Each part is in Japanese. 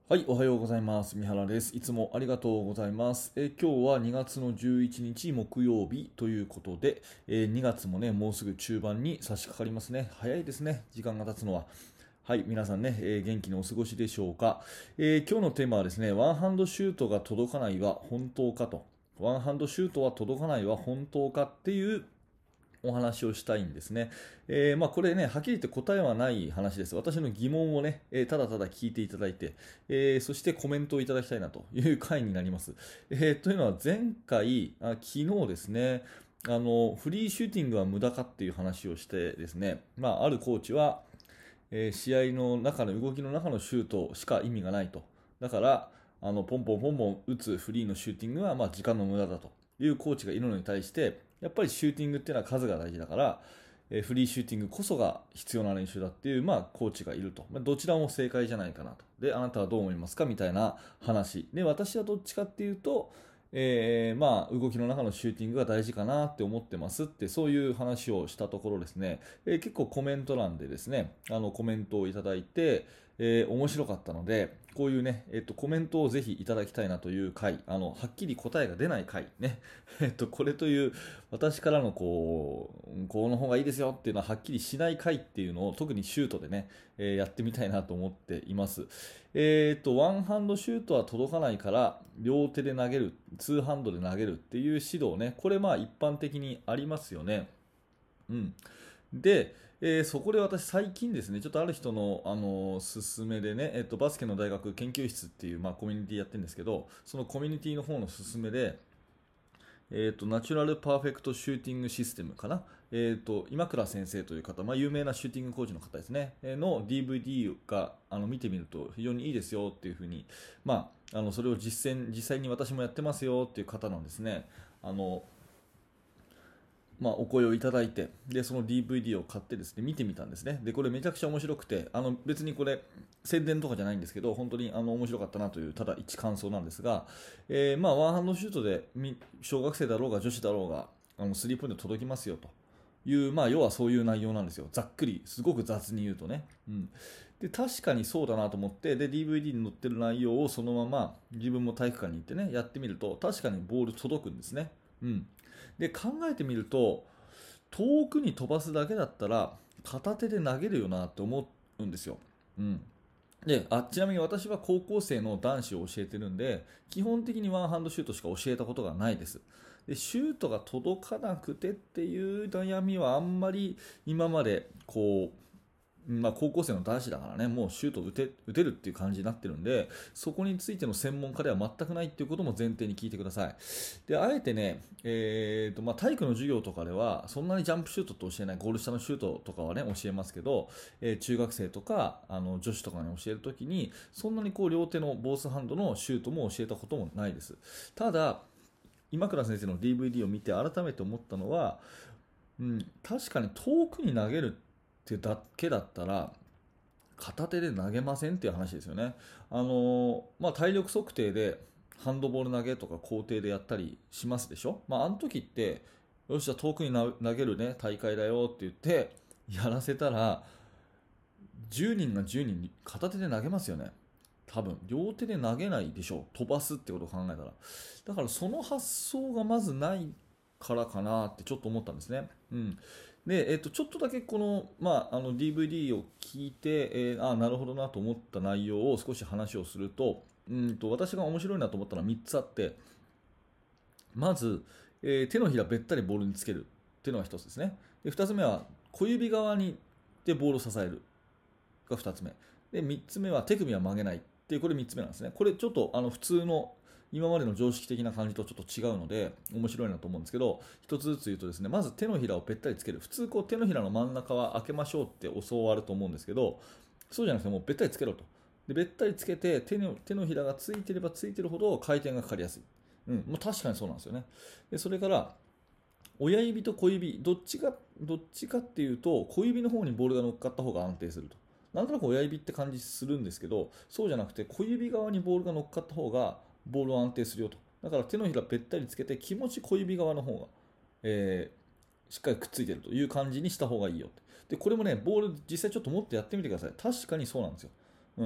はい、おはようございます。三原です。いつもありがとうございます。今日は2月の11日木曜日ということで、2月もね、もうすぐ中盤に差し掛かりますね。早いですね、時間が経つのは。はい、皆さんね、元気にお過ごしでしょうか。今日のテーマはですね、ワンハンドシュートが届かないは本当かと。ワンハンドシュートは届かないは本当かっていうお話をしたいんですね。これね、はっきり言って答えはない話です。私の疑問をね、ただただ聞いていただいて、そしてコメントをいただきたいなという回になります。というのは前回、昨日ですね、フリーシューティングは無駄かっていう話をしてですね、あるコーチは、試合の中の動きの中のシュートしか意味がないと。だから、ポンポンポンポン打つフリーのシューティングは時間の無駄だというコーチがいるのに対して、やっぱりシューティングっていうのは数が大事だから、フリーシューティングこそが必要な練習だっていう、コーチがいると。どちらも正解じゃないかなと。で、あなたはどう思いますかみたいな話。で、私はどっちかっていうと、動きの中のシューティングが大事かなって思ってますってそういう話をしたところですね、結構コメント欄でですねコメントをいただいて、面白かったのでこういうね、コメントをぜひいただきたいなという回はっきり答えが出ない回ねこれという私からのこの方がいいですよっていうのははっきりしない回っていうのを特にシュートでね、やってみたいなと思っています。ワンハンドシュートは届かないから両手で投げる、ツーハンドで投げるっていう指導ね、これ一般的にありますよね。うん。で、そこで私最近ですね、ちょっとある人の、勧めでね、バスケの大学研究室っていう、コミュニティやってるんですけど、そのコミュニティの方の勧めで、ナチュラルパーフェクトシューティングシステムかな。今倉先生という方、有名なシューティングコーチの方ですね、の DVD が見てみると非常にいいですよっていうふうに、それを実際に私もやってますよっていう方なんですね。あのお声をいただいて、で、その DVD を買ってですね、見てみたんですね。で、これめちゃくちゃ面白くて、別にこれ、宣伝とかじゃないんですけど、本当に面白かったなという、ただ一感想なんですが、ワンハンドシュートで、小学生だろうが女子だろうが、スリーポイント届きますよという、要はそういう内容なんですよ。ざっくり、すごく雑に言うとね。うん。で、確かにそうだなと思って、で、DVD に載ってる内容をそのまま自分も体育館に行ってね、やってみると、確かにボール届くんですね。うん。で考えてみると遠くに飛ばすだけだったら片手で投げるよなって思うんですよ。うん、でちなみに私は高校生の男子を教えてるんで基本的にワンハンドシュートしか教えたことがないです。でシュートが届かなくてっていう悩みはあんまり今まで高校生の男子だからね、もうシュート打てるっていう感じになってるんで、そこについての専門家では全くないっていうことも前提に聞いてください。で、あえてね、体育の授業とかでは、そんなにジャンプシュートって教えない、ゴール下のシュートとかはね、教えますけど、中学生とか、女子とかに教えるときに、そんなに両手のボースハンドのシュートも教えたこともないです。ただ、今倉先生の DVD を見て改めて思ったのは、確かに遠くに投げるってだけだったら片手で投げませんっていう話ですよね。体力測定でハンドボール投げとか校庭でやったりしますでしょ。あの時ってよしじゃあ遠くに投げるね大会だよって言ってやらせたら10人が10人片手で投げますよね。多分両手で投げないでしょう、飛ばすってことを考えたら。だからその発想がまずないからかなってちょっと思ったんですね。うん。で、ちょっとだけこの、DVD を聞いて、なるほどなと思った内容を少し話をすると、私が面白いなと思ったのは3つあって、まず、手のひらべったりボールにつけるっていうのが1つですね。で、2つ目は小指側にでボールを支えるが2つ目。で、3つ目は手首は曲げないっていう、これ3つ目なんですね。これちょっと普通の今までの常識的な感じとちょっと違うので面白いなと思うんですけど、一つずつ言うとですね、まず手のひらをべったりつける。普通手のひらの真ん中は開けましょうって教わると思うんですけど、そうじゃなくてもうべったりつけろと。でべったりつけて手のひらがついてればついてるほど回転がかかりやすい。もう確かにそうなんですよね。でそれから親指と小指どっちかっていうと小指の方にボールが乗っかった方が安定すると。なんとなく親指って感じするんですけど、そうじゃなくて小指側にボールが乗っかった方がボールは安定するよと。だから手のひらべったりつけて気持ち小指側の方が、しっかりくっついてるという感じにした方がいいよって。でこれもねボール実際ちょっと持ってやってみてください。確かにそうなんですよ。うん、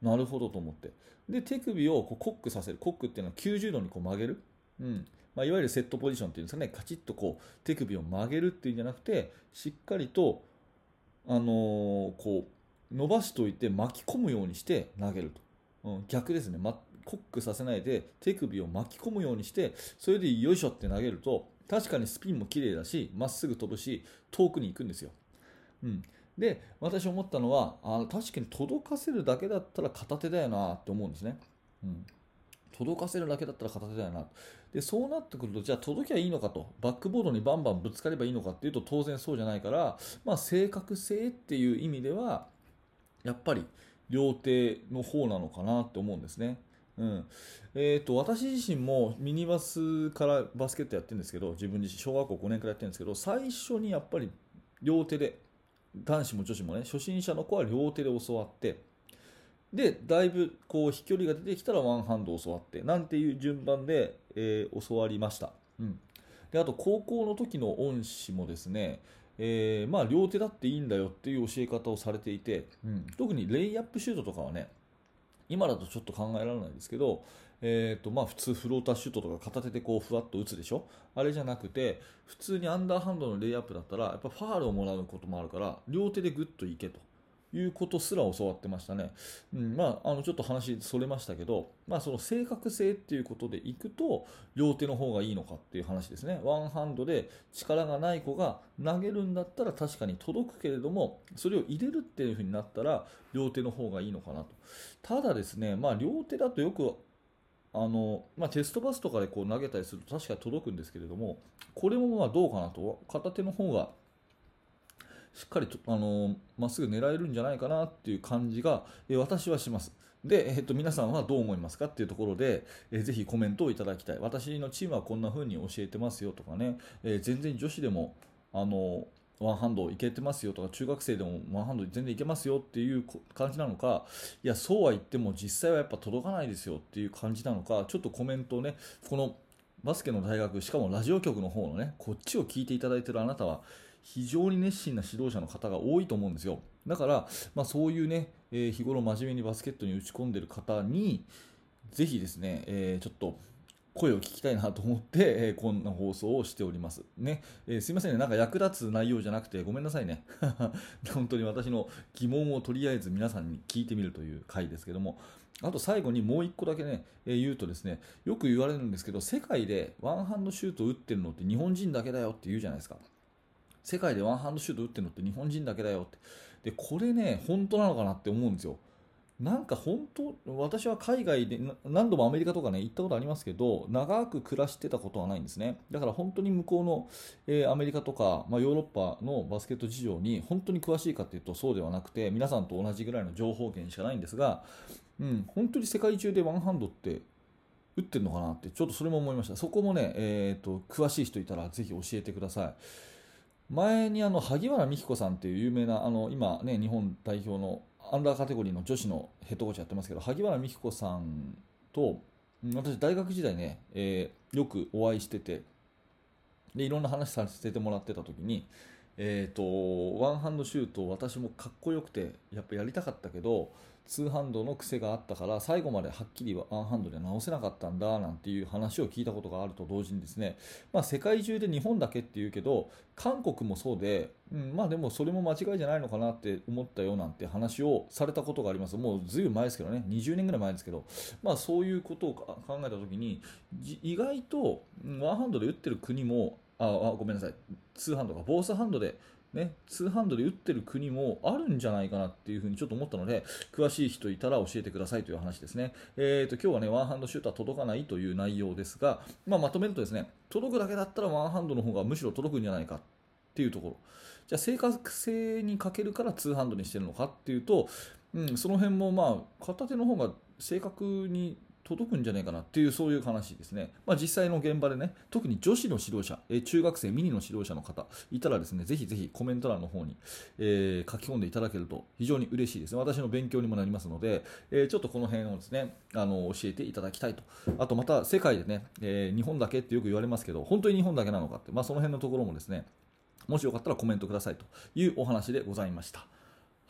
なるほどと思って。で、手首をこうコックさせる。コックっていうのは90度にこう曲げる。まあ、いわゆるセットポジションっていうんですかね、カチッとこう手首を曲げるっていうんじゃなくて、しっかりと、こう伸ばしておいて巻き込むようにして投げると。逆ですね、コックさせないで手首を巻き込むようにして、それでよいしょって投げると、確かにスピンも綺麗だし、まっすぐ飛ぶし、遠くに行くんですよ。うん、で、私思ったのは、確かに届かせるだけだったら片手だよなって思うんですね。届かせるだけだったら片手だよな。で、そうなってくると、じゃあ届きゃいいのかと、バックボードにバンバンぶつかればいいのかっていうと、当然そうじゃないから、まあ、正確性っていう意味では、やっぱり両手の方なのかなって思うんですね。私自身もミニバスからバスケットやってるんですけど、自分自身、小学校5年からやってるんですけど、最初にやっぱり両手で、男子も女子もね、初心者の子は両手で教わって、で、だいぶこう飛距離が出てきたらワンハンド教わってなんていう順番で、教わりました。で、あと高校の時の恩師もですね、まあ両手だっていいんだよっていう教え方をされていて、特にレイアップシュートとかはね、今だとちょっと考えられないですけど、まあ、普通フローターシュートとか片手でこうふわっと打つでしょ。あれじゃなくて、普通にアンダーハンドのレイアップだったらやっぱファールをもらうこともあるから両手でグッといけということすら教わってましたね。まあ、ちょっと話それましたけど、まあ、その正確性っていうことでいくと両手の方がいいのかっていう話ですね。ワンハンドで力がない子が投げるんだったら確かに届くけれども、それを入れるっていう風になったら両手の方がいいのかなと。ただですね、まあ、両手だとよくまあ、テストバスとかでこう投げたりすると確かに届くんですけれども、これもまあどうかなと、片手の方がしっかりと、まっすぐ狙えるんじゃないかなっていう感じが、私はします。で、皆さんはどう思いますかっていうところで、ぜひコメントをいただきたい。私のチームはこんな風に教えてますよとかね、全然女子でも、ワンハンドいけてますよとか、中学生でもワンハンド全然いけますよっていう感じなのか、いや、そうは言っても実際はやっぱ届かないですよっていう感じなのか、ちょっとコメントをね、このバスケの大学、しかもラジオ局の方のね、こっちを聞いていただいているあなたは、非常に熱心な指導者の方が多いと思うんですよ。だから、まあ、そういうね、日頃真面目にバスケットに打ち込んでいる方に、ぜひですね、ちょっと声を聞きたいなと思って、こんな放送をしております。ね、すいませんね、なんか役立つ内容じゃなくてごめんなさいね。本当に私の疑問をとりあえず皆さんに聞いてみるという回ですけども、あと最後にもう一個だけね、言うとですね、よく言われるんですけど、世界でワンハンドシュートを打ってるのって日本人だけだよって言うじゃないですか。世界でワンハンドシュート打ってるのって日本人だけだよって。で、これね、本当なのかなって思うんですよ。なんか本当、私は海外で何度もアメリカとかね、行ったことありますけど、長く暮らしてたことはないんですね。だから本当に向こうの、アメリカとか、まあ、ヨーロッパのバスケット事情に本当に詳しいかというとそうではなくて、皆さんと同じぐらいの情報源しかないんですが、本当に世界中でワンハンドって打ってるのかなって、ちょっとそれも思いました。そこもね、詳しい人いたらぜひ教えてください。前に萩原美希子さんっていう有名な今ね日本代表のアンダーカテゴリーの女子のヘッドコーチやってますけど、萩原美希子さんと私大学時代ね、よくお会いしてて、でいろんな話させてもらってた時に、ワンハンドシュート私もかっこよくてやっぱやりたかったけどツーハンドの癖があったから最後まではっきりワンハンドでは直せなかったんだなんていう話を聞いたことがあると同時にですね、まあ、世界中で日本だけっていうけど韓国もそうで、まあでもそれも間違いじゃないのかなって思ったよなんて話をされたことがあります。もうずいぶん前ですけどね、20年ぐらい前ですけど、まあ、そういうことを考えた時に意外とワンハンドで打ってる国もごめんなさい、ツーハンドか、ボースハンドで、ね、ツーハンドで打ってる国もあるんじゃないかなっていうふうにちょっと思ったので、詳しい人いたら教えてくださいという話ですね。今日はね、ワンハンドシュートは届かないという内容ですが、まとめるとですね、届くだけだったらワンハンドの方がむしろ届くんじゃないかっていうところ。じゃあ正確性に欠けるからツーハンドにしてるのかっていうと、その辺も片手の方が正確に届くんじゃないかなっていうそういう話ですね。実際の現場でね、特に女子の指導者、中学生ミニの指導者の方いたらですね、ぜひぜひコメント欄の方に、書き込んでいただけると非常に嬉しいですね。私の勉強にもなりますので、ちょっとこの辺をですね、教えていただきたいと。あとまた世界でね、日本だけってよく言われますけど、本当に日本だけなのかって、その辺のところもですね、もしよかったらコメントくださいというお話でございました。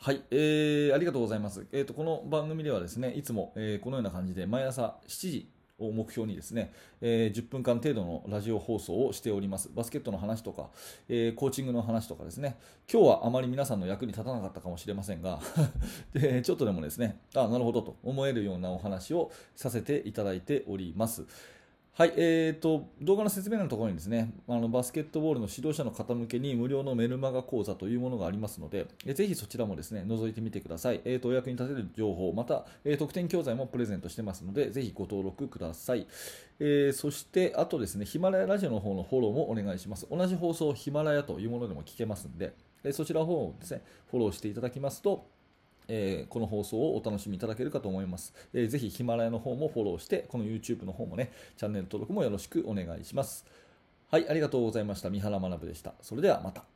はい、ありがとうございます。この番組ではですね、いつも、このような感じで毎朝7時を目標にですね、10分間程度のラジオ放送をしております。バスケットの話とか、コーチングの話とかですね、今日はあまり皆さんの役に立たなかったかもしれませんがで、ちょっとでもですね、なるほどと思えるようなお話をさせていただいております。はい、動画の説明のところにですね、バスケットボールの指導者の方向けに無料のメルマガ講座というものがありますので、ぜひそちらもですね、覗いてみてください。お役に立てる情報、また、特典教材もプレゼントしてますので、ぜひご登録ください。そして、あとですね、ヒマラヤラジオの方のフォローもお願いします。同じ放送、ヒマラヤというものでも聞けますので、そちらの方をですね、フォローしていただきますと、この放送をお楽しみいただけるかと思います。ぜひヒマラヤの方もフォローして、この YouTube の方もね、チャンネル登録もよろしくお願いします。はい、ありがとうございました。三原学でした。それではまた。